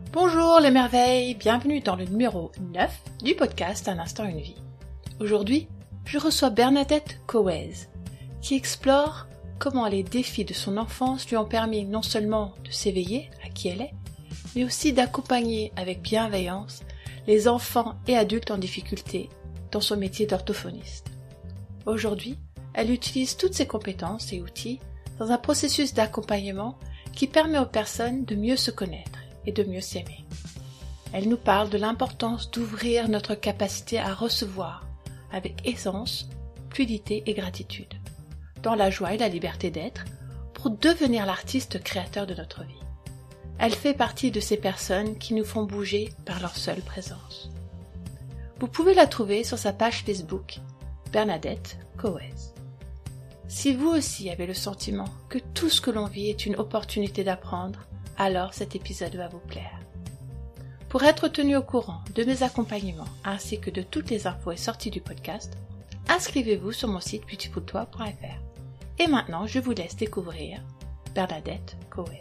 Bonjour les merveilles, bienvenue dans le numéro 9 du podcast Un instant une vie. Aujourd'hui, je reçois Bernadette Coez, qui explore comment les défis de son enfance lui ont permis non seulement de s'éveiller à qui elle est, mais aussi d'accompagner avec bienveillance les enfants et adultes en difficulté dans son métier d'orthophoniste. Aujourd'hui, elle utilise toutes ses compétences et outils dans un processus d'accompagnement qui permet aux personnes de mieux se connaître et de mieux s'aimer. Elle nous parle de l'importance d'ouvrir notre capacité à recevoir avec aisance, fluidité et gratitude, dans la joie et la liberté d'être, pour devenir l'artiste créateur de notre vie. Elle fait partie de ces personnes qui nous font bouger par leur seule présence. Vous pouvez la trouver sur sa page Facebook, Bernadette Coez. Si vous aussi avez le sentiment que tout ce que l'on vit est une opportunité d'apprendre, alors cet épisode va vous plaire. Pour être tenu au courant de mes accompagnements ainsi que de toutes les infos et sorties du podcast, inscrivez-vous sur mon site beautifultoi.fr. Et maintenant, je vous laisse découvrir Bernadette Coez.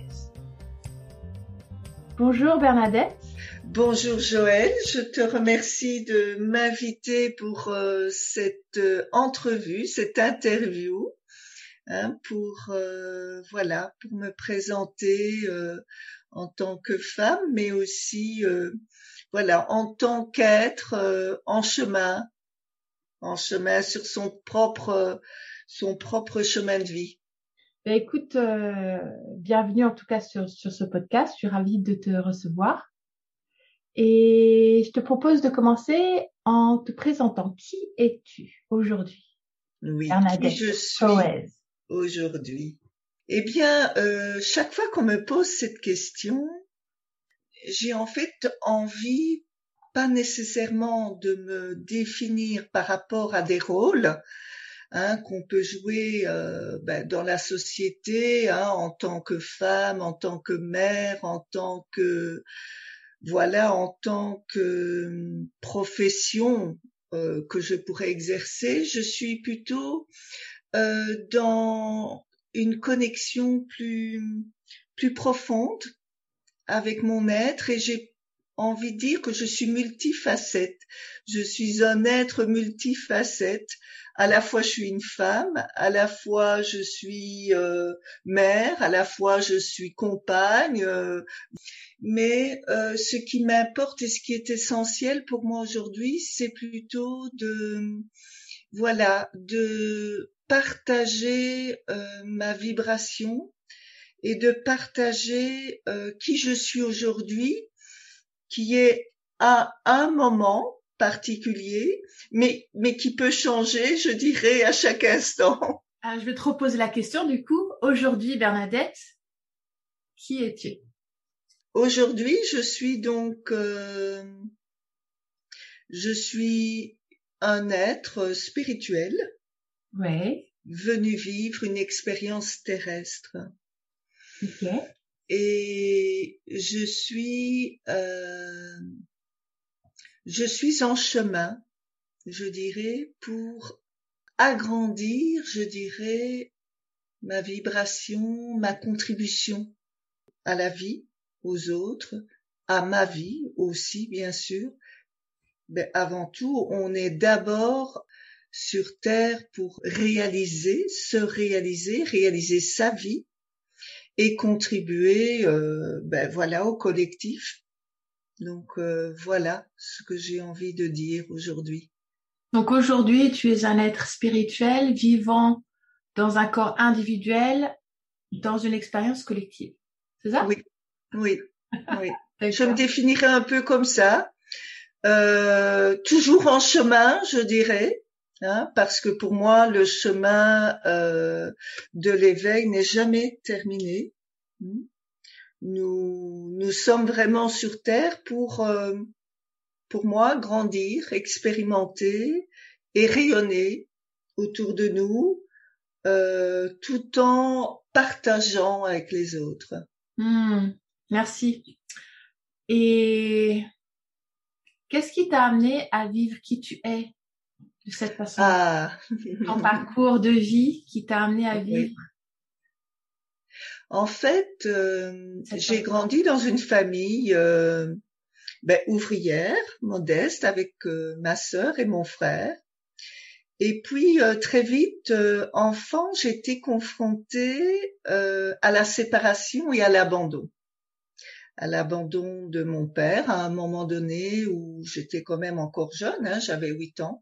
Bonjour Bernadette. Bonjour Joël, je te remercie de m'inviter pour cette entrevue, cette interview, pour me présenter en tant que femme, mais aussi en tant qu'être en chemin sur son propre chemin de vie. Écoute, bienvenue en tout cas sur ce podcast. Je suis ravie de te recevoir. Et je te propose de commencer en te présentant. Qui es-tu aujourd'hui? Oui, Bernadette qui je suis Coez. Aujourd'hui. Eh bien, chaque fois qu'on me pose cette question, j'ai en fait envie, pas nécessairement de me définir par rapport à des rôles, qu'on peut jouer dans la société, en tant que femme, en tant que mère, en tant que profession que je pourrais exercer. Je suis plutôt dans une connexion plus profonde avec mon être, et j'ai envie de dire que je suis multifacette. Je suis un être multifacette. À la fois je suis une femme, à la fois je suis mère, à la fois je suis compagne, mais ce qui m'importe et ce qui est essentiel pour moi aujourd'hui, c'est plutôt de partager ma vibration et de partager qui je suis aujourd'hui, qui est à un moment particulier, mais qui peut changer, je dirais, à chaque instant. Je vais te reposer la question du coup. Aujourd'hui, Bernadette, qui es-tu? Aujourd'hui, je suis donc un être spirituel, venu vivre une expérience terrestre. Ok. Et je suis en chemin, je dirais, pour agrandir, je dirais, ma vibration, ma contribution à la vie, aux autres, à ma vie aussi, bien sûr. Mais avant tout, on est d'abord sur Terre pour réaliser sa vie et contribuer au collectif. Donc voilà ce que j'ai envie de dire aujourd'hui. Donc aujourd'hui, tu es un être spirituel vivant dans un corps individuel, dans une expérience collective. C'est ça? Oui. Je me définirais un peu comme ça. Toujours en chemin, je dirais, parce que pour moi, le chemin de l'éveil n'est jamais terminé. Nous sommes vraiment sur Terre pour moi, grandir, expérimenter et rayonner autour de nous, tout en partageant avec les autres. Merci. Et qu'est-ce qui t'a amené à vivre qui tu es de cette façon? Ton parcours de vie qui t'a amené à vivre? En fait, j'ai grandi dans une famille ouvrière, modeste, avec ma sœur et mon frère. Et puis très vite, enfant, j'étais confrontée à la séparation et à l'abandon. À l'abandon de mon père à un moment donné où j'étais quand même encore jeune, hein, j'avais 8 ans.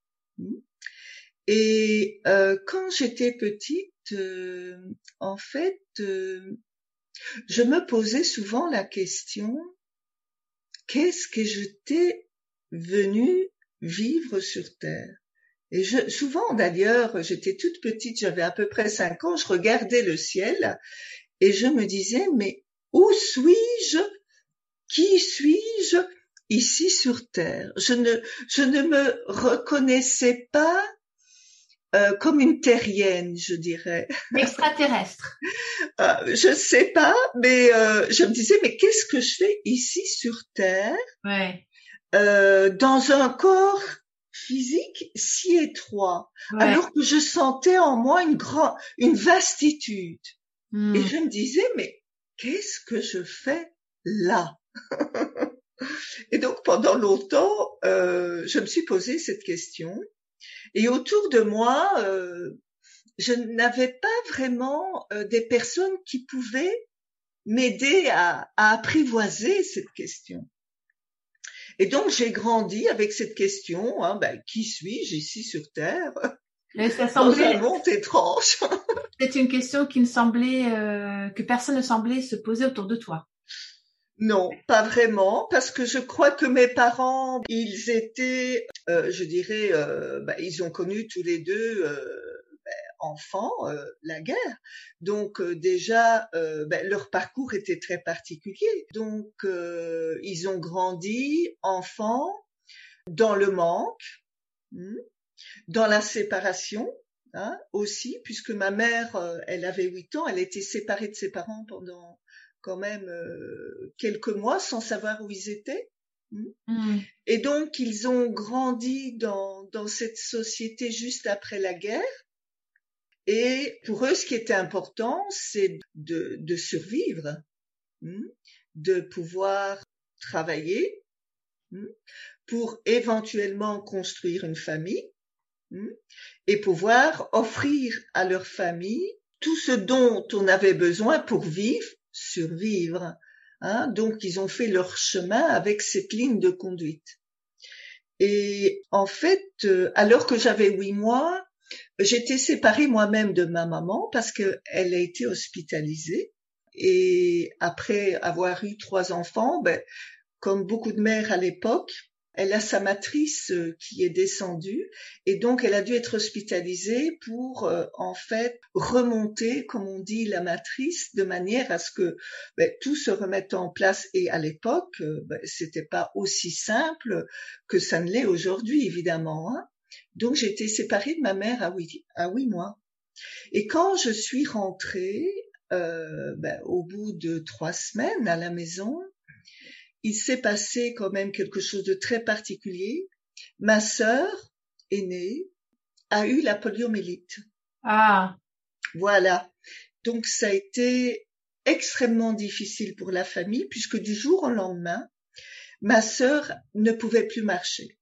Et quand j'étais petite, en fait, je me posais souvent la question, qu'est-ce que j'étais venue vivre sur Terre? Et souvent d'ailleurs, j'étais toute petite, j'avais à peu près 5 ans, je regardais le ciel et je me disais, mais où suis-je? Qui suis-je ici sur Terre? Je ne me reconnaissais pas comme une terrienne, je dirais. Extraterrestre. Je sais pas, mais je me disais, mais qu'est-ce que je fais ici sur Terre, Ouais. dans un corps physique si étroit, alors que je sentais en moi une vastitude. Et je me disais, mais qu'est-ce que je fais là? Et donc pendant longtemps, je me suis posé cette question. Et autour de moi, je n'avais pas vraiment des personnes qui pouvaient m'aider à apprivoiser cette question. Et donc j'ai grandi avec cette question, hein, qui suis-je ici sur Terre, Et ça dans semblait, un monde étrange? c'est une question qui ne semblait, que personne ne semblait se poser autour de toi. Non, pas vraiment, parce que je crois que mes parents, ils étaient, je dirais, ils ont connu tous les deux, enfants, la guerre. Donc déjà, leur parcours était très particulier. Donc ils ont grandi enfants dans le manque, dans la séparation, hein, aussi, puisque ma mère, elle avait 8 ans, elle était séparée de ses parents pendant quand même quelques mois sans savoir où ils étaient. Et donc, ils ont grandi dans cette société juste après la guerre. Et pour eux, ce qui était important, c'est de survivre, de pouvoir travailler pour éventuellement construire une famille et pouvoir offrir à leur famille tout ce dont on avait besoin pour vivre, survivre. Donc, ils ont fait leur chemin avec cette ligne de conduite. Et en fait, alors que j'avais 8 mois, j'étais séparée moi-même de ma maman parce qu'elle a été hospitalisée. Et après avoir eu 3 enfants, comme beaucoup de mères à l'époque, elle a sa matrice qui est descendue et donc elle a dû être hospitalisée pour en fait remonter, comme on dit, la matrice de manière à ce que tout se remette en place. Et à l'époque, c'était pas aussi simple que ça ne l'est aujourd'hui, évidemment. Donc j'ai été séparée de ma mère à 8 mois. Et quand je suis rentrée, au bout de 3 semaines à la maison, il s'est passé quand même quelque chose de très particulier. Ma sœur aînée a eu la poliomyélite. Ah. Voilà. Donc ça a été extrêmement difficile pour la famille puisque du jour au lendemain, ma sœur ne pouvait plus marcher.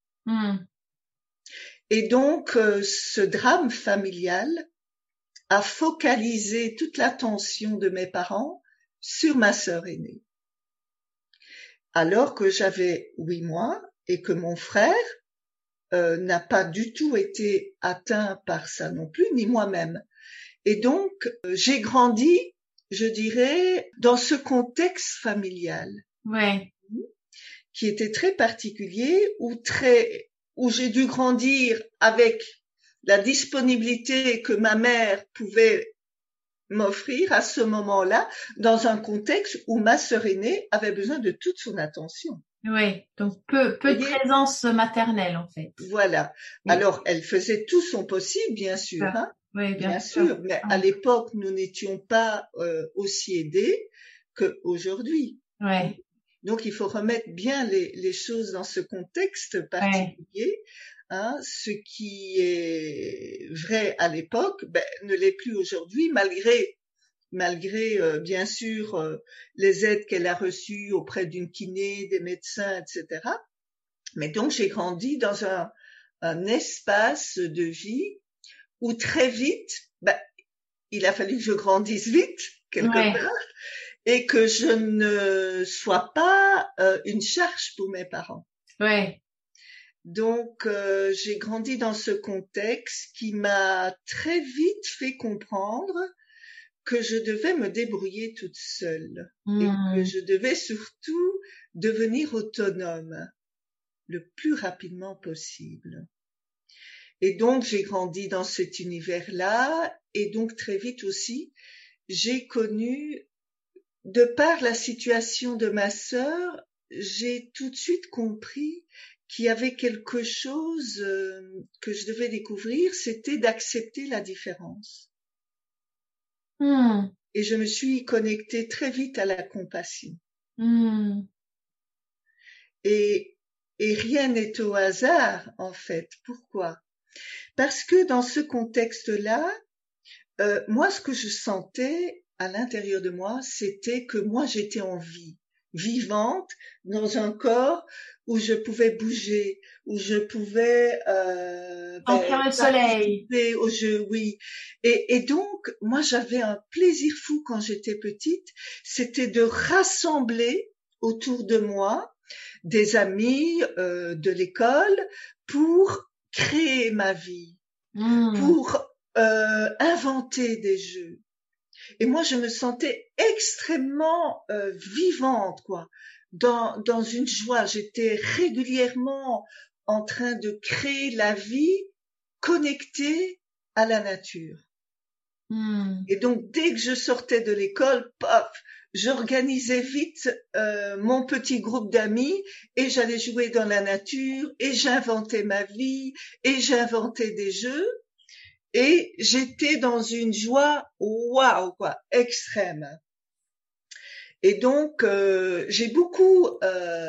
Et donc ce drame familial a focalisé toute l'attention de mes parents sur ma sœur aînée. Alors que j'avais 8 mois et que mon frère n'a pas du tout été atteint par ça non plus, ni moi-même. Et donc, j'ai grandi, je dirais, dans ce contexte familial. Ouais. Qui était très particulier, où j'ai dû grandir avec la disponibilité que ma mère pouvait m'offrir à ce moment-là, dans un contexte où ma sœur aînée avait besoin de toute son attention. Oui, donc peu de présence maternelle en fait. Voilà. Oui. Alors, elle faisait tout son possible, bien sûr. Ah. Oui, bien sûr. Mais à l'époque, nous n'étions pas aussi aidés qu'aujourd'hui. Ouais. Donc, il faut remettre bien les choses dans ce contexte particulier. Ce qui est vrai à l'époque ne l'est plus aujourd'hui, malgré malgré bien sûr les aides qu'elle a reçues auprès d'une kiné, des médecins, etc. Mais donc j'ai grandi dans un espace de vie où très vite, il a fallu que je grandisse vite quelque part et que je ne sois pas une charge pour mes parents. Ouais. Donc j'ai grandi dans ce contexte qui m'a très vite fait comprendre que je devais me débrouiller toute seule et que je devais surtout devenir autonome le plus rapidement possible. Et donc j'ai grandi dans cet univers-là et donc très vite aussi j'ai connu, de par la situation de ma sœur, j'ai tout de suite compris qu'il y avait quelque chose que je devais découvrir, c'était d'accepter la différence. Et je me suis connectée très vite à la compassion. Et rien n'est au hasard, en fait. Pourquoi? Parce que dans ce contexte-là, moi, ce que je sentais à l'intérieur de moi, c'était que moi, j'étais en vie, vivante, dans un corps où je pouvais bouger, où je pouvais Sentir le soleil au jeu, oui. Et donc, moi, j'avais un plaisir fou quand j'étais petite, c'était de rassembler autour de moi des amis de l'école pour créer ma vie, pour inventer des jeux. Et moi, je me sentais extrêmement vivante, quoi, dans une joie. J'étais régulièrement en train de créer la vie connectée à la nature. Et donc, dès que je sortais de l'école, paf, j'organisais vite mon petit groupe d'amis et j'allais jouer dans la nature et j'inventais ma vie et j'inventais des jeux. Et j'étais dans une joie, waouh, quoi, extrême. Et donc, j'ai beaucoup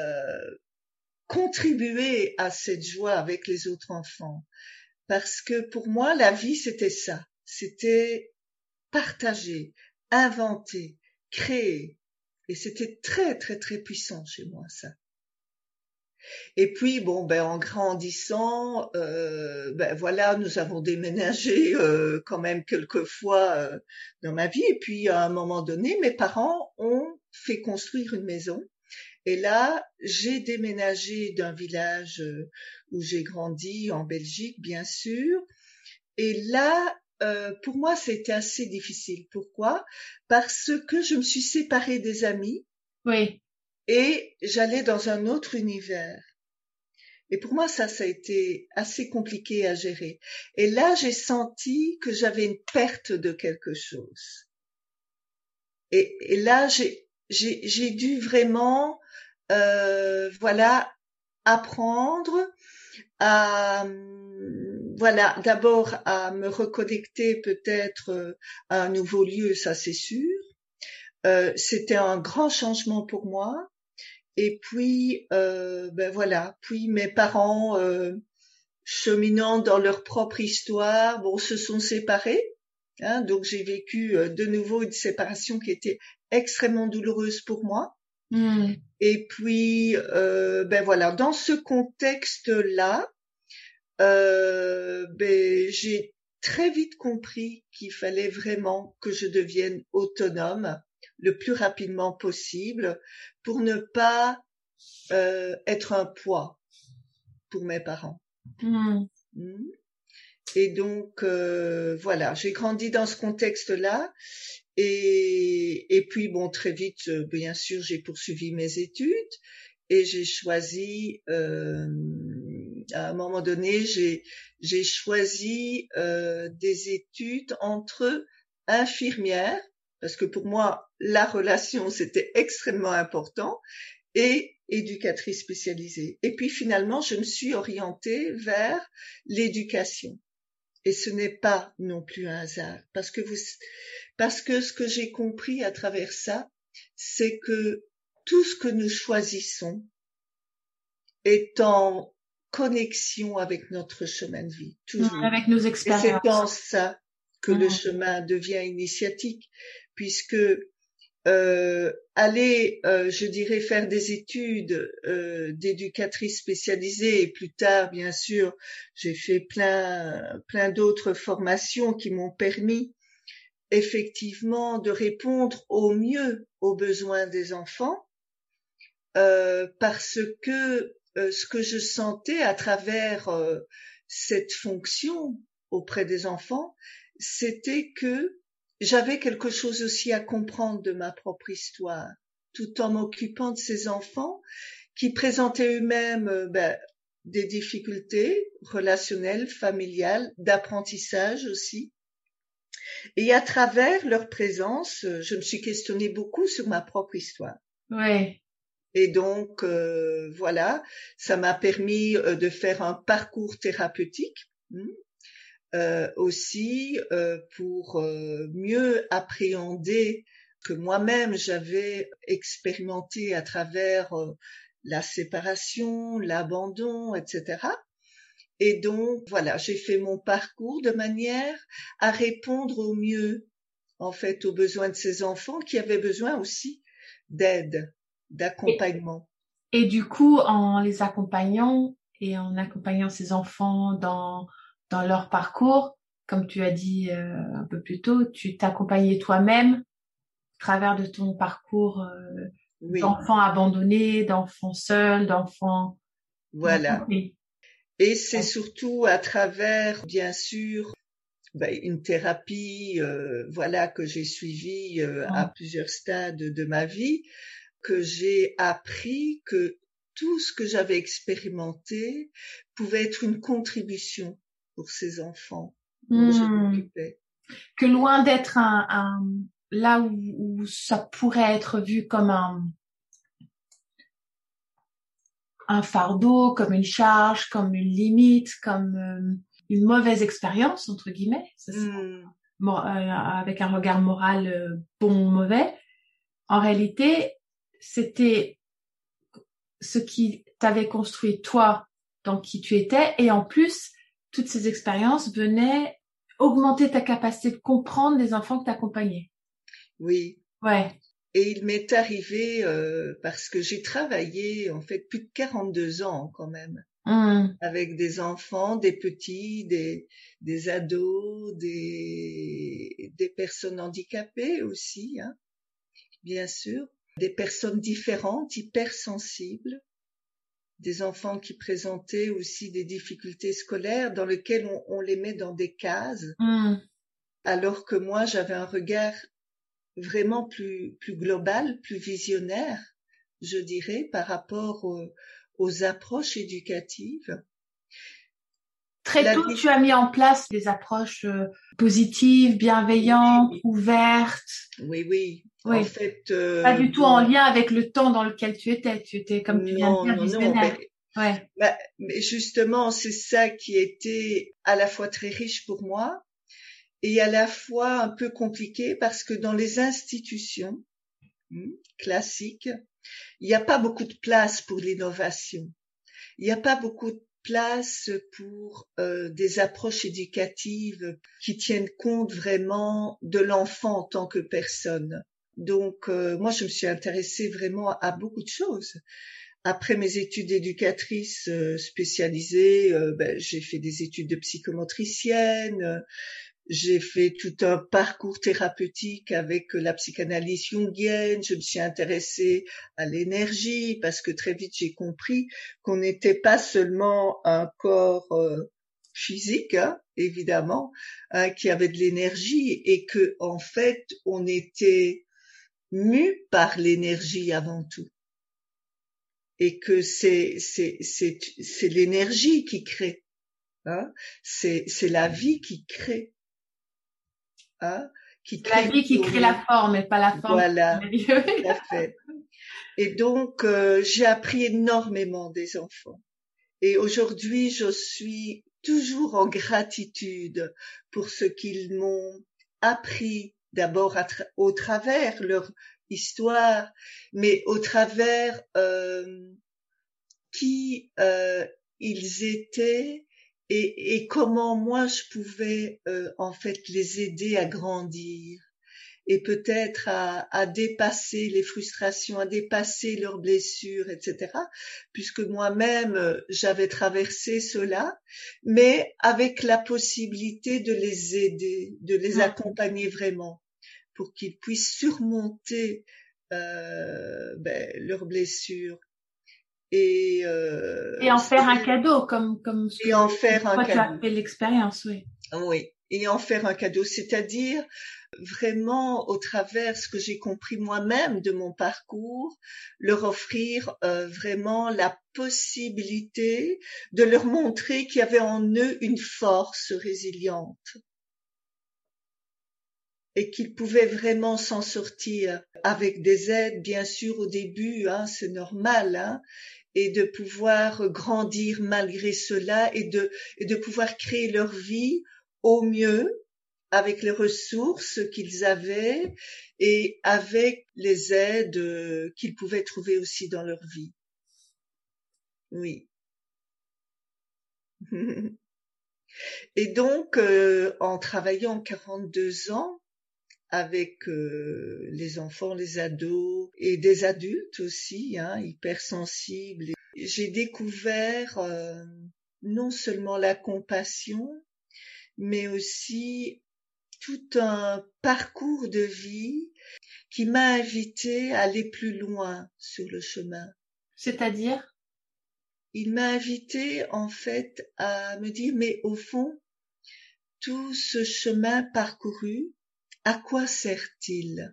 contribué à cette joie avec les autres enfants. Parce que pour moi, la vie, c'était ça. C'était partager, inventer, créer. Et c'était très, très, très puissant chez moi, ça. Et puis bon, en grandissant, voilà, nous avons déménagé quand même quelques fois dans ma vie. Et puis à un moment donné, mes parents ont fait construire une maison. Et là, j'ai déménagé d'un village où j'ai grandi en Belgique, bien sûr. Et là, pour moi, c'était assez difficile. Pourquoi? Parce que je me suis séparée des amis. Oui. Et j'allais dans un autre univers. Et pour moi, ça a été assez compliqué à gérer. Et là, j'ai senti que j'avais une perte de quelque chose. Et là, j'ai dû vraiment, voilà, apprendre à, voilà, d'abord à me reconnecter peut-être à un nouveau lieu, ça c'est sûr. C'était un grand changement pour moi. Et puis, voilà. Puis mes parents, cheminant dans leur propre histoire, se sont séparés. Hein, donc j'ai vécu de nouveau une séparation qui était extrêmement douloureuse pour moi. Et puis, voilà. Dans ce contexte-là, j'ai très vite compris qu'il fallait vraiment que je devienne autonome le plus rapidement possible pour ne pas être un poids pour mes parents. Et donc voilà, j'ai grandi dans ce contexte-là et puis très vite, bien sûr, j'ai poursuivi mes études et j'ai choisi à un moment donné, j'ai choisi des études entre infirmière, parce que pour moi, la relation, c'était extrêmement important, et éducatrice spécialisée. Et puis finalement, je me suis orientée vers l'éducation. Et ce n'est pas non plus un hasard, parce que ce que j'ai compris à travers ça, c'est que tout ce que nous choisissons est en connexion avec notre chemin de vie, toujours. Avec nos expériences. Et c'est dans ça que le chemin devient initiatique, puisque aller, je dirais, faire des études d'éducatrice spécialisée, et plus tard, bien sûr, j'ai fait plein d'autres formations qui m'ont permis effectivement de répondre au mieux aux besoins des enfants, parce que ce que je sentais à travers cette fonction auprès des enfants, c'était que j'avais quelque chose aussi à comprendre de ma propre histoire, tout en m'occupant de ces enfants qui présentaient eux-mêmes des difficultés relationnelles, familiales, d'apprentissage aussi. Et à travers leur présence, je me suis questionnée beaucoup sur ma propre histoire. Ouais. Et donc, voilà, ça m'a permis de faire un parcours thérapeutique. Aussi pour mieux appréhender que moi-même j'avais expérimenté à travers la séparation, l'abandon, etc. Et donc voilà, j'ai fait mon parcours de manière à répondre au mieux en fait aux besoins de ces enfants qui avaient besoin aussi d'aide, d'accompagnement. Et du coup, en les accompagnant et en accompagnant ces enfants dans leur parcours, comme tu as dit un peu plus tôt, tu t'accompagnais toi-même à travers de ton parcours Oui, d'enfants abandonnés, d'enfants seuls, d'enfants... voilà. Oui. Et c'est surtout à travers, bien sûr, une thérapie, voilà, que j'ai suivie à plusieurs stades de ma vie, que j'ai appris que tout ce que j'avais expérimenté pouvait être une contribution pour ces enfants dont je m'occupais. Que loin d'être là où ça pourrait être vu comme un fardeau, comme une charge, comme une limite, comme une mauvaise expérience, entre guillemets, ça, avec un regard moral bon ou mauvais. En réalité, c'était ce qui t'avait construit toi, dans qui tu étais, et en plus, toutes ces expériences venaient augmenter ta capacité de comprendre les enfants que t'accompagnais. Oui. Ouais. Et il m'est arrivé, parce que j'ai travaillé en fait plus de 42 ans quand même, avec des enfants, des petits, des ados, des personnes handicapées aussi, hein, bien sûr, des personnes différentes, hypersensibles, des enfants qui présentaient aussi des difficultés scolaires dans lesquelles on les met dans des cases, alors que moi j'avais un regard vraiment plus global, plus visionnaire, je dirais, par rapport aux approches éducatives. Très tôt, tu as mis en place des approches positives, bienveillantes, ouvertes. Oui. En fait, pas du tout en lien avec le temps dans lequel tu étais. Tu étais, comme tu viens de dire, visionnaire. Ouais. Mais justement, c'est ça qui était à la fois très riche pour moi et à la fois un peu compliqué parce que dans les institutions classiques, il n'y a pas beaucoup de place pour l'innovation. Il n'y a pas beaucoup de place pour des approches éducatives qui tiennent compte vraiment de l'enfant en tant que personne. Donc, moi, je me suis intéressée vraiment à beaucoup de choses. Après mes études d'éducatrice spécialisée, j'ai fait des études de psychomotricienne. J'ai fait tout un parcours thérapeutique avec la psychanalyse jungienne. Je me suis intéressée à l'énergie parce que très vite j'ai compris qu'on n'était pas seulement un corps physique, hein, évidemment, qui avait de l'énergie et que en fait on était mu par l'énergie avant tout. Et que c'est l'énergie qui crée, hein, c'est la vie qui crée. Hein, qui crée la vie qui crée la forme et pas la forme. Voilà, tout à fait. Et donc, j'ai appris énormément des enfants. Et aujourd'hui, je suis toujours en gratitude pour ce qu'ils m'ont appris, d'abord au travers leur histoire, mais au travers qui ils étaient et comment moi je pouvais en fait les aider à grandir et peut-être à dépasser les frustrations, à dépasser leurs blessures, etc. Puisque moi-même, j'avais traversé cela, mais avec la possibilité de les aider, de les accompagner vraiment, pour qu'ils puissent surmonter leurs blessures. Et en faire un cadeau, comme ce que en faire un toi, tu as cadeau. fait l'expérience, oui. Oui, et en faire un cadeau, c'est-à-dire vraiment au travers ce que j'ai compris moi-même de mon parcours, leur offrir vraiment la possibilité de leur montrer qu'il y avait en eux une force résiliente et qu'ils pouvaient vraiment s'en sortir avec des aides, bien sûr au début, hein, c'est normal, hein, et de pouvoir grandir malgré cela et de pouvoir créer leur vie au mieux avec les ressources qu'ils avaient et avec les aides qu'ils pouvaient trouver aussi dans leur vie. Oui. Et donc, en travaillant 42 ans avec les enfants, les ados et des adultes aussi, hein, hypersensibles, j'ai découvert non seulement la compassion, mais aussi tout un parcours de vie qui m'a invité à aller plus loin sur le chemin. C'est-à-dire? Il m'a invité en fait à me dire, mais au fond, tout ce chemin parcouru, à quoi sert-il?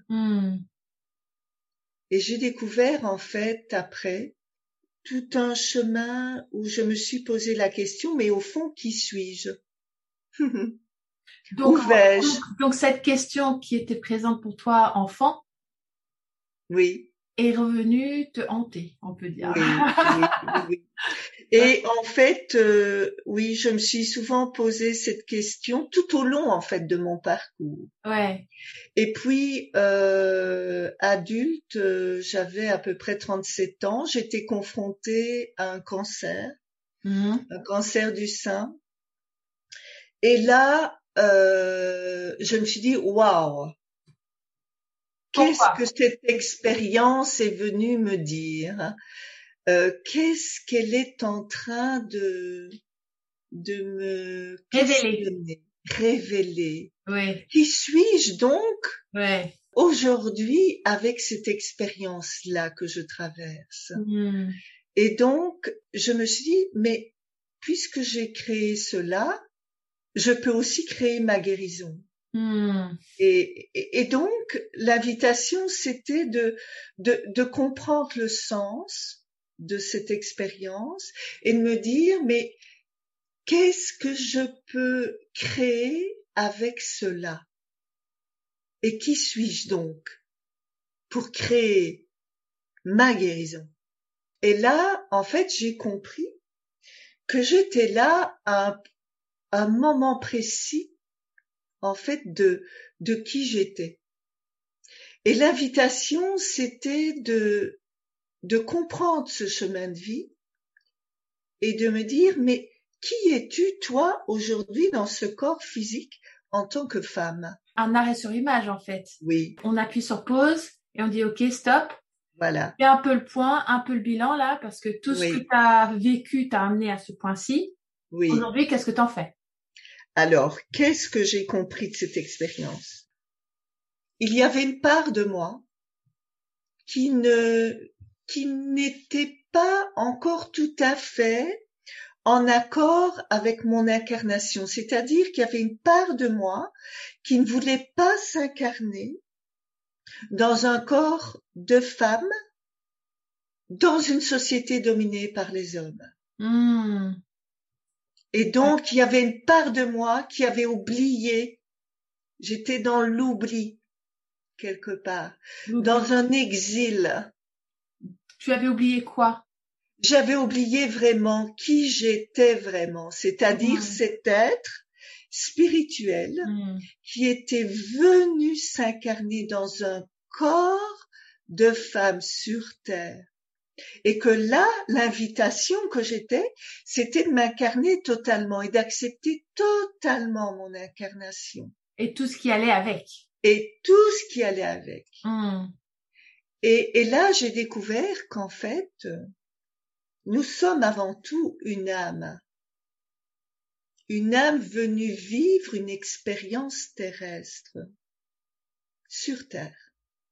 Et j'ai découvert en fait après tout un chemin où je me suis posé la question, mais au fond, qui suis-je? Donc, Où vais-je? donc cette question qui était présente pour toi enfant, oui, est revenue te hanter, on peut dire. Oui. Et en fait, oui, je me suis souvent posé cette question tout au long en fait de mon parcours. Ouais. Et puis adulte, j'avais à peu près 37 ans, j'étais confrontée à un cancer du sein. Et là, je me suis dit waouh, qu'est-ce que cette expérience est venue me dire? Qu'est-ce qu'elle est en train de me révéler. Oui. Qui suis-je donc ouais. aujourd'hui avec cette expérience-là que je traverse? Et donc, je me suis dit, mais puisque j'ai créé cela, je peux aussi créer ma guérison. Et donc, l'invitation, c'était de comprendre le sens de cette expérience et de me dire, mais qu'est-ce que je peux créer avec cela? Et qui suis-je donc pour créer ma guérison? Et là, en fait, j'ai compris que j'étais là à un moment précis, en fait, de qui j'étais. Et l'invitation, c'était de comprendre ce chemin de vie et de me dire, mais qui es-tu, toi, aujourd'hui, dans ce corps physique en tant que femme? Un arrêt sur image, en fait. Oui. On appuie sur pause et on dit, OK, stop. Voilà. Fais un peu le point, un peu le bilan, là, parce que tout ce que tu as vécu t'a amené à ce point-ci. Oui. Aujourd'hui, qu'est-ce que t'en fais? Alors, qu'est-ce que j'ai compris de cette expérience? Il y avait une part de moi qui n'était pas encore tout à fait en accord avec mon incarnation. C'est-à-dire qu'il y avait une part de moi qui ne voulait pas s'incarner dans un corps de femme, dans une société dominée par les hommes. Et donc, il y avait une part de moi qui avait oublié. J'étais dans l'oubli, quelque part, dans un exil. Tu avais oublié quoi? J'avais oublié vraiment qui j'étais vraiment, c'est-à-dire cet être spirituel qui était venu s'incarner dans un corps de femme sur terre. Et que là, l'invitation que j'étais, c'était de m'incarner totalement et d'accepter totalement mon incarnation. Et tout ce qui allait avec. et tout ce qui allait avec. Et là, j'ai découvert qu'en fait, nous sommes avant tout une âme venue vivre une expérience terrestre sur Terre.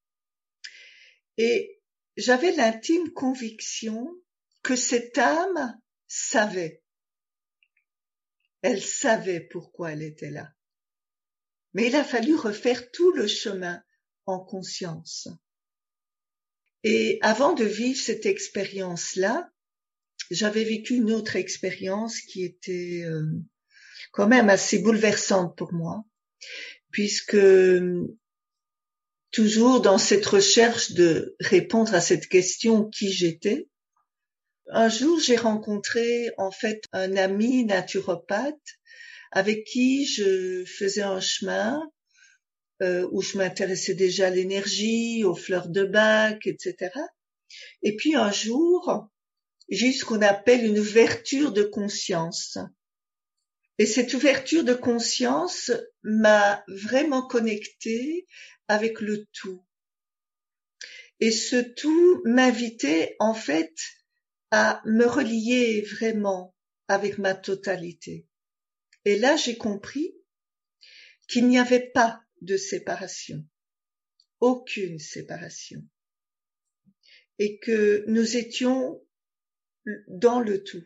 Et j'avais l'intime conviction que cette âme savait. Elle savait pourquoi elle était là. Mais il a fallu refaire tout le chemin en conscience. Et avant de vivre cette expérience-là, j'avais vécu une autre expérience qui était quand même assez bouleversante pour moi, puisque toujours dans cette recherche de répondre à cette question qui j'étais, un jour j'ai rencontré en fait un ami naturopathe avec qui je faisais un chemin où je m'intéressais déjà à l'énergie, aux fleurs de Bach, etc. Et puis un jour, j'ai eu ce qu'on appelle une ouverture de conscience. Et cette ouverture de conscience m'a vraiment connectée avec le tout. Et ce tout m'invitait en fait à me relier vraiment avec ma totalité. Et là, j'ai compris qu'il n'y avait pas de séparation, aucune séparation, et que nous étions dans le tout.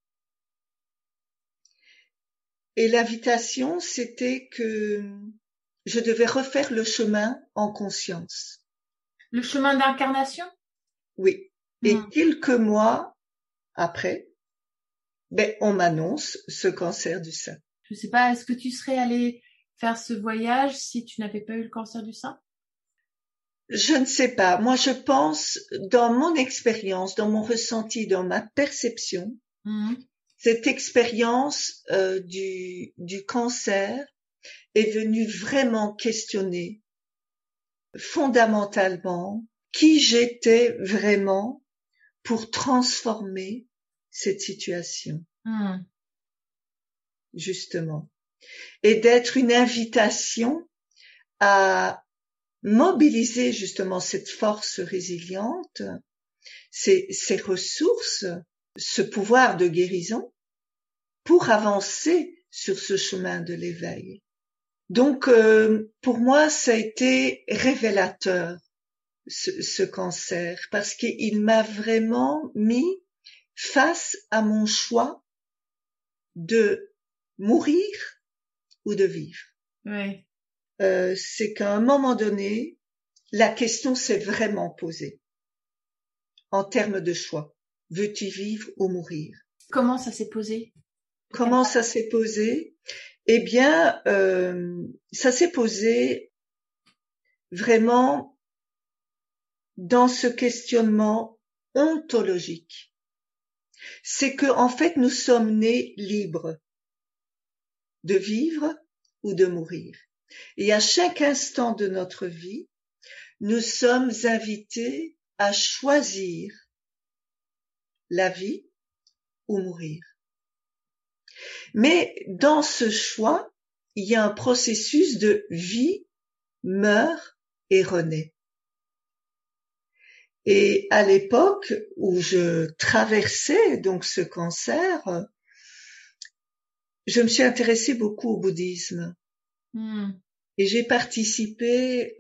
Et l'invitation, c'était que je devais refaire le chemin en conscience. Le chemin d'incarnation? Oui. Et quelques mois après, on m'annonce ce cancer du sein. Je sais pas, est-ce que tu serais allée faire ce voyage si tu n'avais pas eu le cancer du sein? Je ne sais pas. Moi, je pense, dans mon expérience, dans mon ressenti, dans ma perception, cette expérience du cancer est venue vraiment questionner fondamentalement qui j'étais vraiment pour transformer cette situation. Justement. Et d'être une invitation à mobiliser justement cette force résiliente, ces ressources, ce pouvoir de guérison pour avancer sur ce chemin de l'éveil. Donc, pour moi, ça a été révélateur, ce cancer, parce qu'il m'a vraiment mis face à mon choix de mourir ou de vivre. Oui. C'est qu'à un moment donné, la question s'est vraiment posée en termes de choix. Veux-tu vivre ou mourir? Comment ça s'est posé? Comment ça s'est posé? Eh bien, ça s'est posé vraiment dans ce questionnement ontologique. C'est que, en fait, nous sommes nés libres de vivre ou de mourir. Et à chaque instant de notre vie, nous sommes invités à choisir la vie ou mourir. Mais dans ce choix, il y a un processus de vie, meurt et renaît. Et à l'époque où je traversais donc ce cancer, je me suis intéressée beaucoup au bouddhisme. Et j'ai participé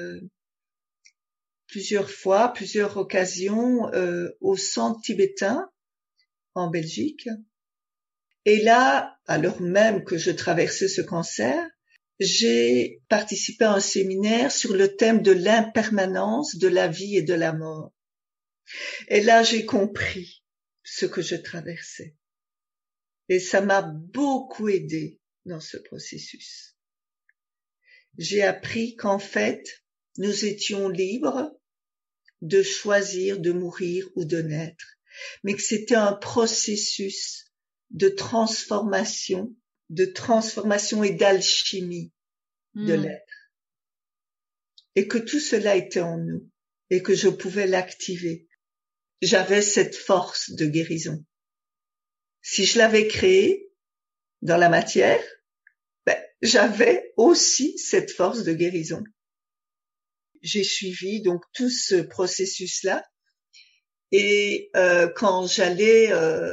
plusieurs occasions au centre tibétain en Belgique. Et là, alors même que je traversais ce cancer, j'ai participé à un séminaire sur le thème de l'impermanence de la vie et de la mort. Et là, j'ai compris ce que je traversais. Et ça m'a beaucoup aidé dans ce processus. J'ai appris qu'en fait, nous étions libres de choisir de mourir ou de naître, mais que c'était un processus de transformation et d'alchimie de l'être. Et que tout cela était en nous et que je pouvais l'activer. J'avais cette force de guérison. Si je l'avais créée dans la matière, j'avais aussi cette force de guérison. J'ai suivi donc tout ce processus-là. Et quand j'allais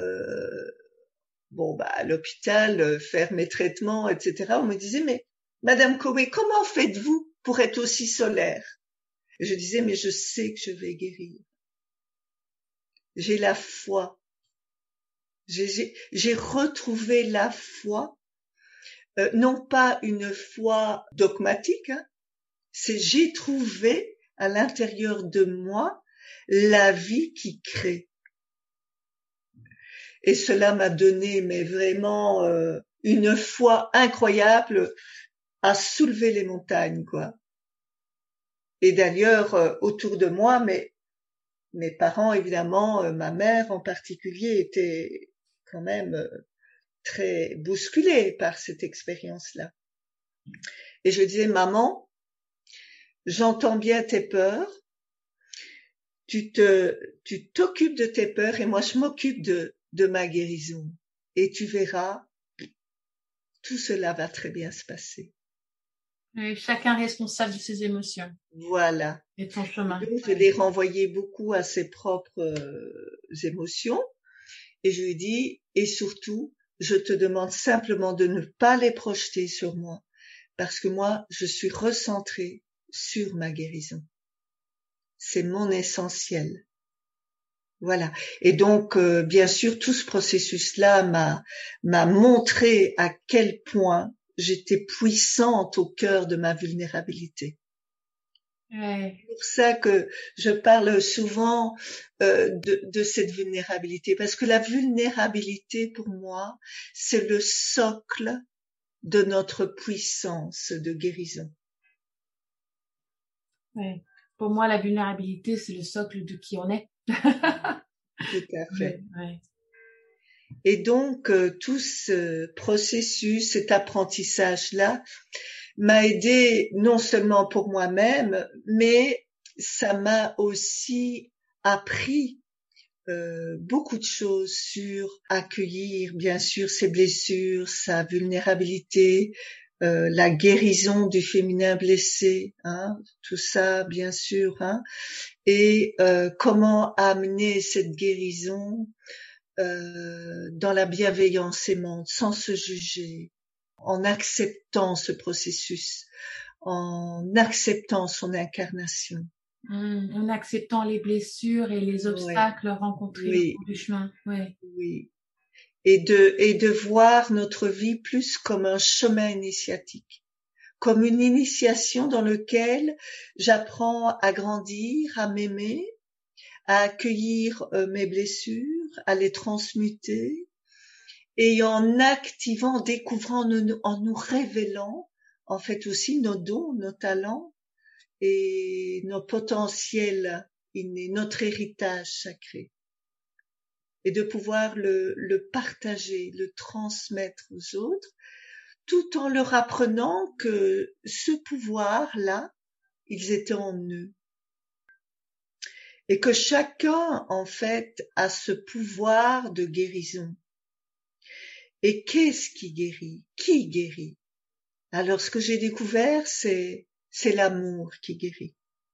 à l'hôpital faire mes traitements, etc., on me disait, mais Madame Coé, comment faites-vous pour être aussi solaire? Et je disais, mais je sais que je vais guérir. J'ai la foi. J'ai retrouvé la foi, non pas une foi dogmatique, hein, c'est j'ai trouvé à l'intérieur de moi la vie qui crée. Et cela m'a donné, mais vraiment, une foi incroyable à soulever les montagnes, quoi. Et d'ailleurs, autour de moi, mes parents, évidemment, ma mère en particulier, étaient quand même très bousculés par cette expérience-là. Et je disais, maman, j'entends bien tes peurs, tu t'occupes de tes peurs et moi je m'occupe de ma guérison. Et tu verras, tout cela va très bien se passer. Oui, chacun responsable de ses émotions. Voilà. Et de son chemin. Donc, je l'ai renvoyé beaucoup à ses propres émotions. Et je lui ai dit, et surtout, je te demande simplement de ne pas les projeter sur moi. Parce que moi, je suis recentrée sur ma guérison. C'est mon essentiel. Voilà. Et donc, bien sûr, tout ce processus-là m'a montré à quel point j'étais puissante au cœur de ma vulnérabilité. Ouais. C'est pour ça que je parle souvent de cette vulnérabilité, parce que la vulnérabilité, pour moi, c'est le socle de notre puissance de guérison. Ouais. Pour moi, la vulnérabilité, c'est le socle de qui on est. Tout à fait. Ouais. Et donc, tout ce processus, cet apprentissage-là, m'a aidé non seulement pour moi-même, mais ça m'a aussi appris beaucoup de choses sur accueillir, bien sûr, ses blessures, sa vulnérabilité, la guérison du féminin blessé, hein, tout ça, bien sûr, hein, et comment amener cette guérison dans la bienveillance aimante, sans se juger, en acceptant ce processus, en acceptant son incarnation. En acceptant les blessures et les obstacles rencontrés au cours du chemin. Ouais. Oui. Et de voir notre vie plus comme un chemin initiatique, comme une initiation dans lequel j'apprends à grandir, à m'aimer, à accueillir mes blessures, à les transmuter, et en activant, en découvrant, en nous révélant, en fait aussi nos dons, nos talents et nos potentiels innés, notre héritage sacré. Et de pouvoir le partager, le transmettre aux autres, tout en leur apprenant que ce pouvoir-là, ils étaient en eux. Et que chacun, en fait, a ce pouvoir de guérison. Et qu'est-ce qui guérit? Qui guérit? Alors, ce que j'ai découvert, c'est l'amour qui guérit.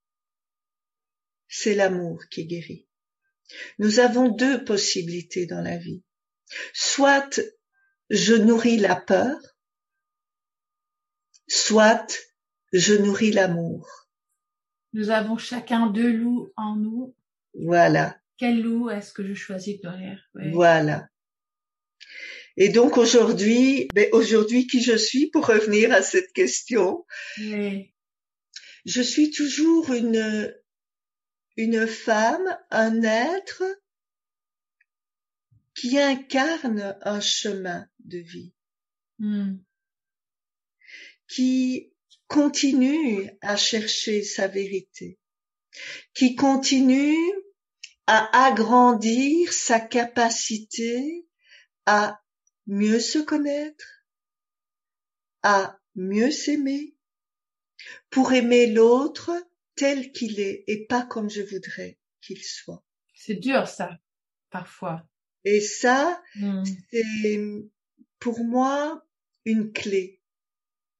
C'est l'amour qui guérit. Nous avons deux possibilités dans la vie. Soit je nourris la peur, soit je nourris l'amour. Nous avons chacun deux loups en nous. Voilà. Quel loup est-ce que je choisis de nourrir? Ouais. Voilà. Et donc aujourd'hui, qui je suis, pour revenir à cette question, Oui. Je suis toujours une femme, un être qui incarne un chemin de vie, qui continue à chercher sa vérité, qui continue à agrandir sa capacité à mieux se connaître, à mieux s'aimer, pour aimer l'autre tel qu'il est et pas comme je voudrais qu'il soit. C'est dur ça, parfois. Et ça, c'est pour moi une clé.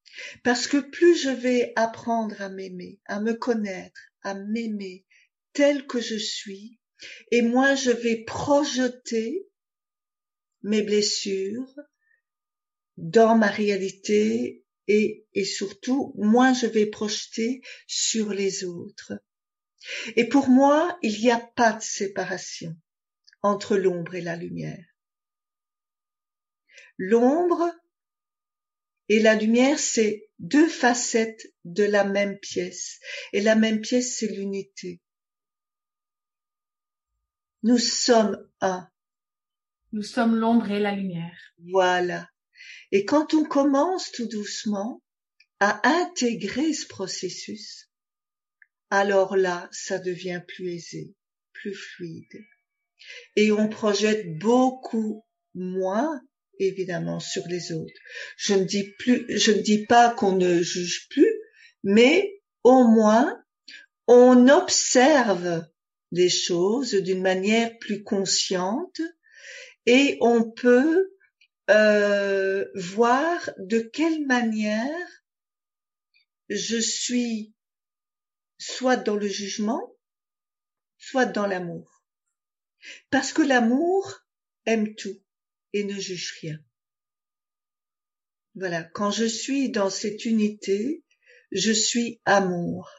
Parce que plus je vais apprendre à m'aimer, à me connaître, à m'aimer tel que je suis, et moins je vais projeter mes blessures dans ma réalité et surtout, moins je vais projeter sur les autres. Et pour moi, il n'y a pas de séparation entre l'ombre et la lumière. L'ombre et la lumière, c'est deux facettes de la même pièce. Et la même pièce, c'est l'unité. Nous sommes un. Nous sommes l'ombre et la lumière. Voilà. Et quand on commence tout doucement à intégrer ce processus, alors là, ça devient plus aisé, plus fluide. Et on projette beaucoup moins, évidemment, sur les autres. Je ne dis pas qu'on ne juge plus, mais au moins, on observe les choses d'une manière plus consciente et on peut voir de quelle manière je suis soit dans le jugement, soit dans l'amour. Parce que l'amour aime tout et ne juge rien. Voilà, quand je suis dans cette unité, je suis amour.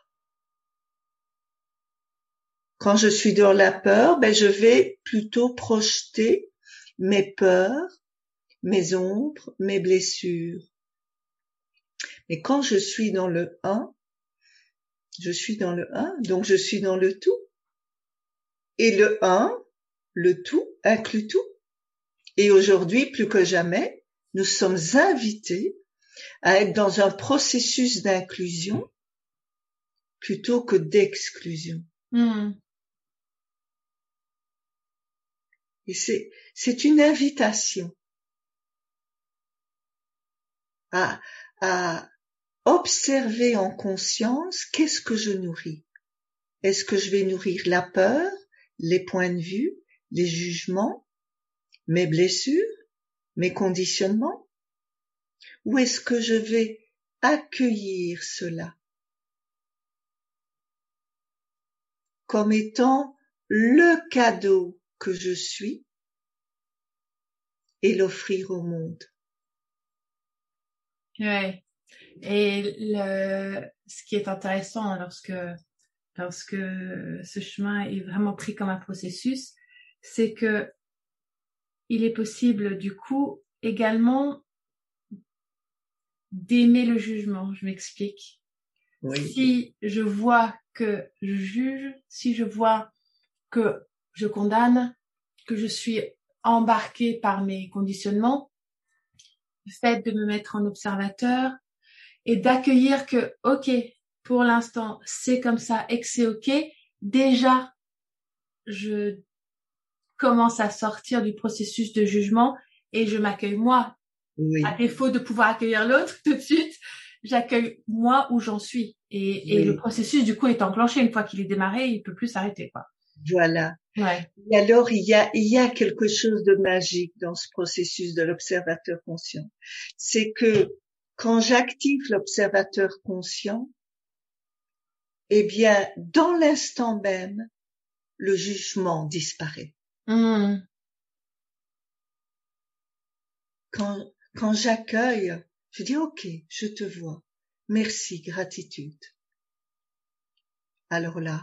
Quand je suis dans la peur, je vais plutôt projeter mes peurs, mes ombres, mes blessures. Mais quand je suis dans le un, je suis dans le un, donc je suis dans le tout. Et le un, le tout, inclut tout. Et aujourd'hui, plus que jamais, nous sommes invités à être dans un processus d'inclusion plutôt que d'exclusion. Et c'est une invitation à observer en conscience qu'est-ce que je nourris. Est-ce que je vais nourrir la peur, les points de vue, les jugements, mes blessures, mes conditionnements? Ou est-ce que je vais accueillir cela comme étant le cadeau que je suis et l'offrir au monde? Ouais. Et ce qui est intéressant lorsque ce chemin est vraiment pris comme un processus, c'est que il est possible du coup également d'aimer le jugement. Je m'explique. Oui. Si je vois que je juge, si je vois que je condamne, que je suis embarquée par mes conditionnements, le fait de me mettre en observateur et d'accueillir que, ok, pour l'instant, c'est comme ça et que c'est ok, déjà, je commence à sortir du processus de jugement et je m'accueille moi. Oui. À défaut de pouvoir accueillir l'autre tout de suite, j'accueille moi où j'en suis. Et le processus, du coup, est enclenché. Une fois qu'il est démarré, il peut plus s'arrêter, quoi. Voilà. Ouais. Et alors, il y a quelque chose de magique dans ce processus de l'observateur conscient. C'est que quand j'active l'observateur conscient, eh bien, dans l'instant même, le jugement disparaît. Quand j'accueille, je dis ok, je te vois, merci, gratitude. Alors là,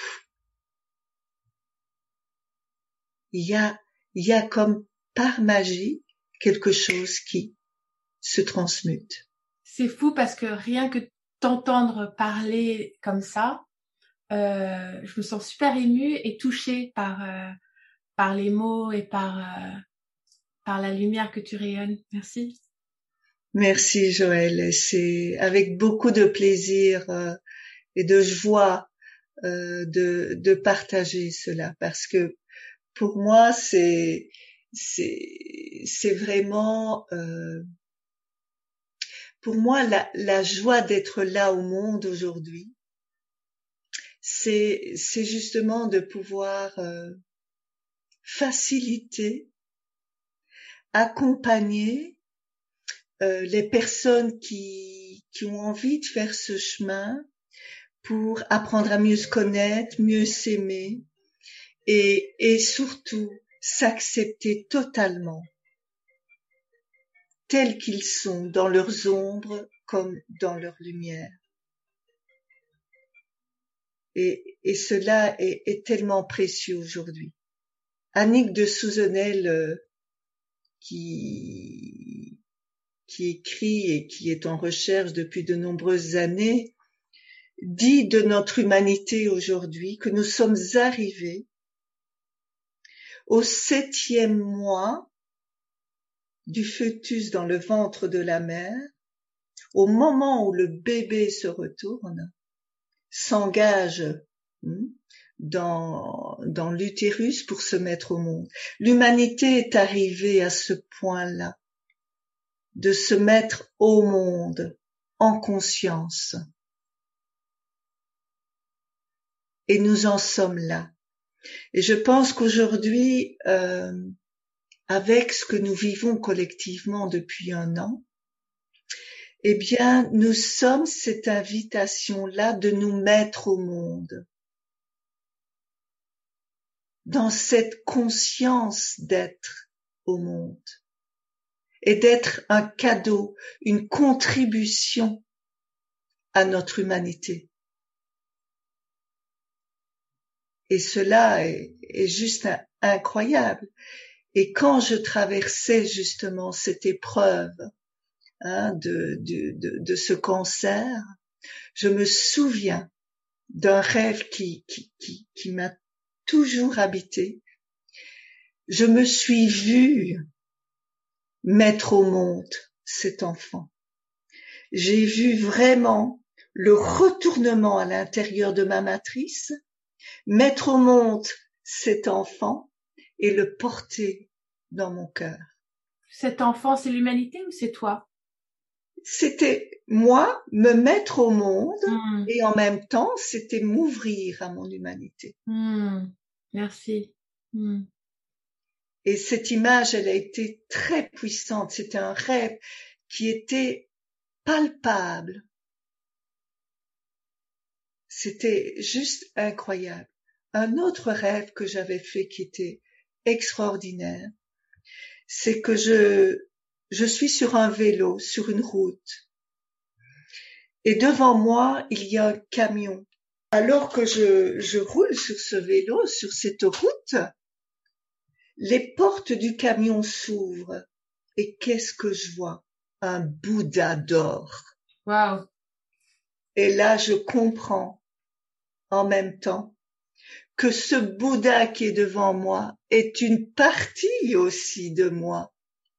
il y a comme par magie quelque chose qui se transmute. C'est fou parce que rien que t'entendre parler comme ça, je me sens super émue et touchée par les mots et par la lumière que tu rayonnes. Merci. Merci Joël, c'est avec beaucoup de plaisir et de joie de partager cela parce que pour moi c'est vraiment pour moi la joie d'être là au monde aujourd'hui, c'est justement de pouvoir faciliter, accompagner les personnes qui qui ont envie de faire ce chemin pour apprendre à mieux se connaître, mieux s'aimer et surtout s'accepter totalement, tels qu'ils sont, dans leurs ombres comme dans leur lumière. Et cela est tellement précieux aujourd'hui. Annick de Souzenel, qui écrit et qui est en recherche depuis de nombreuses années, dit de notre humanité aujourd'hui que nous sommes arrivés au 7e mois du fœtus dans le ventre de la mère, au moment où le bébé se retourne, s'engage dans l'utérus pour se mettre au monde. L'humanité est arrivée à ce point-là, de se mettre au monde en conscience. Et nous en sommes là. Et je pense qu'aujourd'hui, avec ce que nous vivons collectivement depuis 1 an, eh bien, nous sommes cette invitation-là de nous mettre au monde, dans cette conscience d'être au monde, et d'être un cadeau, une contribution à notre humanité. Et cela est juste incroyable. Et quand je traversais justement cette épreuve de ce cancer, je me souviens d'un rêve qui m'a toujours habité. Je me suis vue mettre au monde cet enfant. J'ai vu vraiment le retournement à l'intérieur de ma matrice, mettre au monde cet enfant et le porter dans mon cœur. Cet enfant, c'est l'humanité ou c'est toi? C'était moi, me mettre au monde, et en même temps, c'était m'ouvrir à mon humanité. Merci. Et cette image, elle a été très puissante. C'était un rêve qui était palpable. C'était juste incroyable. Un autre rêve que j'avais fait qui était extraordinaire, c'est que je suis sur un vélo, sur une route. Et devant moi, il y a un camion. Alors que je roule sur ce vélo, sur cette route, les portes du camion s'ouvrent. Et qu'est-ce que je vois? Un Bouddha d'or. Wow. Et là, je comprends en même temps que ce Bouddha qui est devant moi est une partie aussi de moi.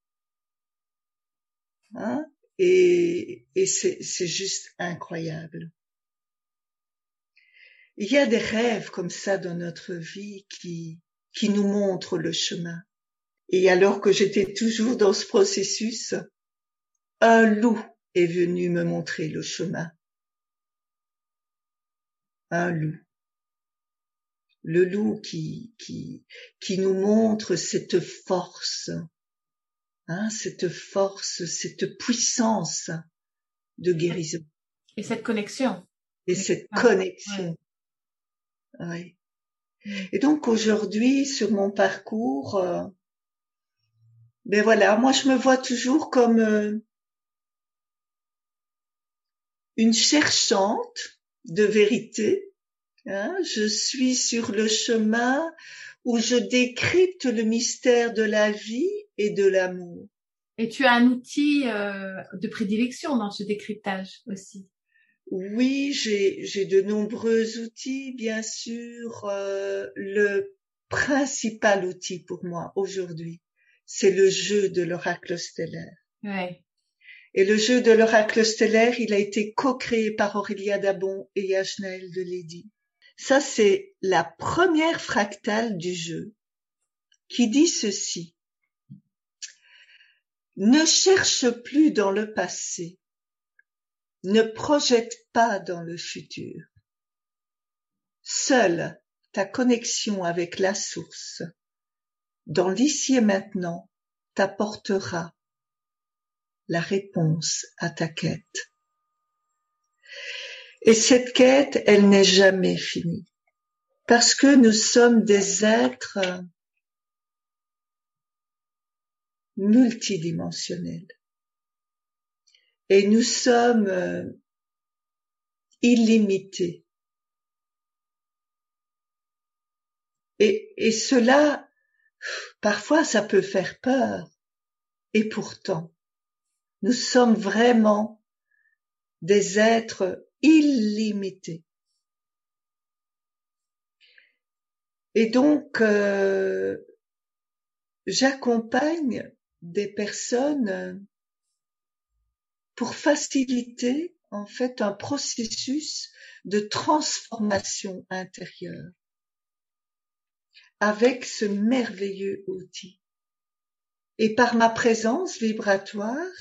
Et c'est juste incroyable. Il y a des rêves comme ça dans notre vie qui nous montrent le chemin. Et alors que j'étais toujours dans ce processus, un loup est venu me montrer le chemin. Un loup. Le loup qui nous montre cette force, cette force, cette puissance de guérison. Et cette connexion. Et cette connexion. Ouais. Et donc aujourd'hui, sur mon parcours, ben voilà, moi je me vois toujours comme une cherchante de vérité. Je suis sur le chemin où je décrypte le mystère de la vie et de l'amour. Et tu as un outil de prédilection dans ce décryptage aussi. Oui, j'ai de nombreux outils, bien sûr. Le principal outil pour moi aujourd'hui, c'est le jeu de l'oracle stellaire. Ouais. Et le jeu de l'oracle stellaire, il a été co-créé par Aurélia Dabon et Yajnaël de Lady. Ça, c'est la première fractale du jeu qui dit ceci. Ne cherche plus dans le passé. Ne projette pas dans le futur. Seule ta connexion avec la source, dans l'ici et maintenant, t'apportera la réponse à ta quête. Et cette quête, elle n'est jamais finie. Parce que nous sommes des êtres multidimensionnels. Et nous sommes illimités. Et cela, parfois, ça peut faire peur. Et pourtant, nous sommes vraiment des êtres illimités. Et donc, j'accompagne des personnes pour faciliter, en fait, un processus de transformation intérieure avec ce merveilleux outil. Et par ma présence vibratoire,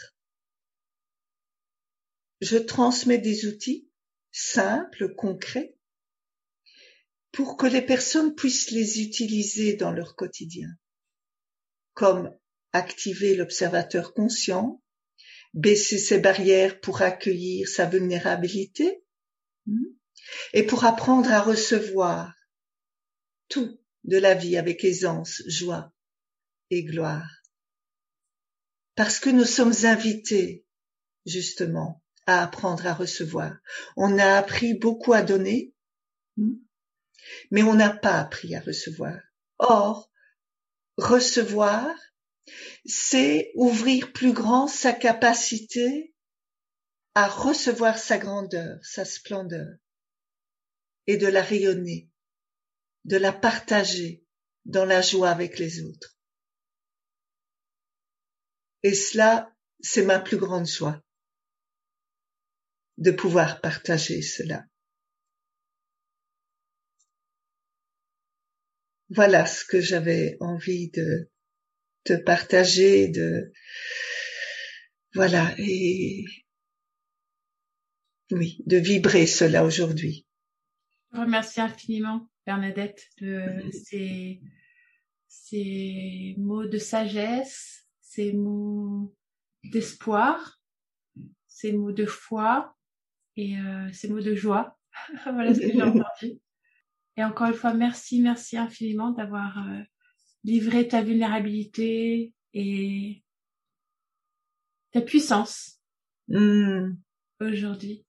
je transmets des outils simples, concrets, pour que les personnes puissent les utiliser dans leur quotidien, comme activer l'observateur conscient, baisser ses barrières pour accueillir sa vulnérabilité, et pour apprendre à recevoir tout de la vie avec aisance, joie et gloire. Parce que nous sommes invités, justement, à apprendre à recevoir. On a appris beaucoup à donner, mais on n'a pas appris à recevoir. Or, recevoir, c'est ouvrir plus grand sa capacité à recevoir sa grandeur, sa splendeur, et de la rayonner, de la partager dans la joie avec les autres. Et cela, c'est ma plus grande joie, de pouvoir partager cela. Voilà ce que j'avais envie de te partager, voilà, et oui, de vibrer cela aujourd'hui. Je vous remercie infiniment, Bernadette, de ces mots de sagesse, ces mots d'espoir, ces mots de foi et ces mots de joie. Voilà ce que j'ai entendu. Et encore une fois, merci infiniment d'avoir livré ta vulnérabilité et ta puissance aujourd'hui.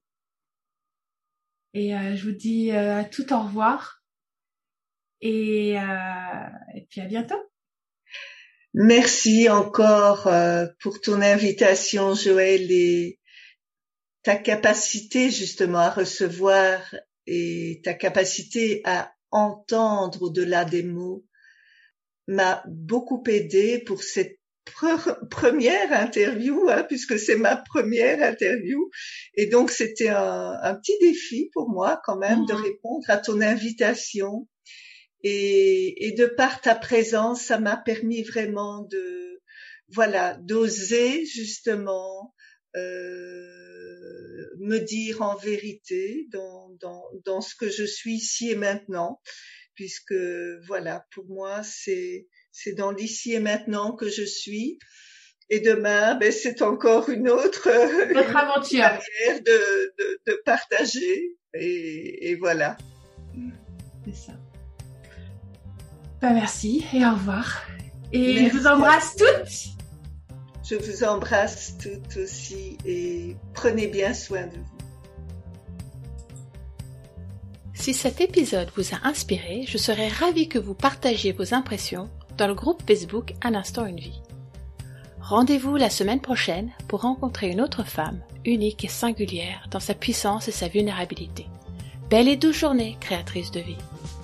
Et je vous dis à tout au revoir et puis à bientôt. Merci encore pour ton invitation, Joël, et ta capacité justement à recevoir et ta capacité à entendre au-delà des mots m'a beaucoup aidé pour cette première interview, puisque c'est ma première interview, et donc c'était un petit défi pour moi quand même de répondre à ton invitation, et de par ta présence, ça m'a permis vraiment d'oser justement me dire en vérité dans ce que je suis ici et maintenant, puisque voilà, pour moi c'est dans l'ici et maintenant que je suis, et demain c'est encore une autre aventure, manière de partager, et voilà. C'est ça. Merci et au revoir. Et merci. Je vous embrasse toutes. Je vous embrasse toutes aussi, et prenez bien soin de vous. Si cet épisode vous a inspiré, je serais ravie que vous partagiez vos impressions dans le groupe Facebook Un instant une vie. Rendez-vous la semaine prochaine pour rencontrer une autre femme, unique et singulière dans sa puissance et sa vulnérabilité. Belle et douce journée, créatrice de vie.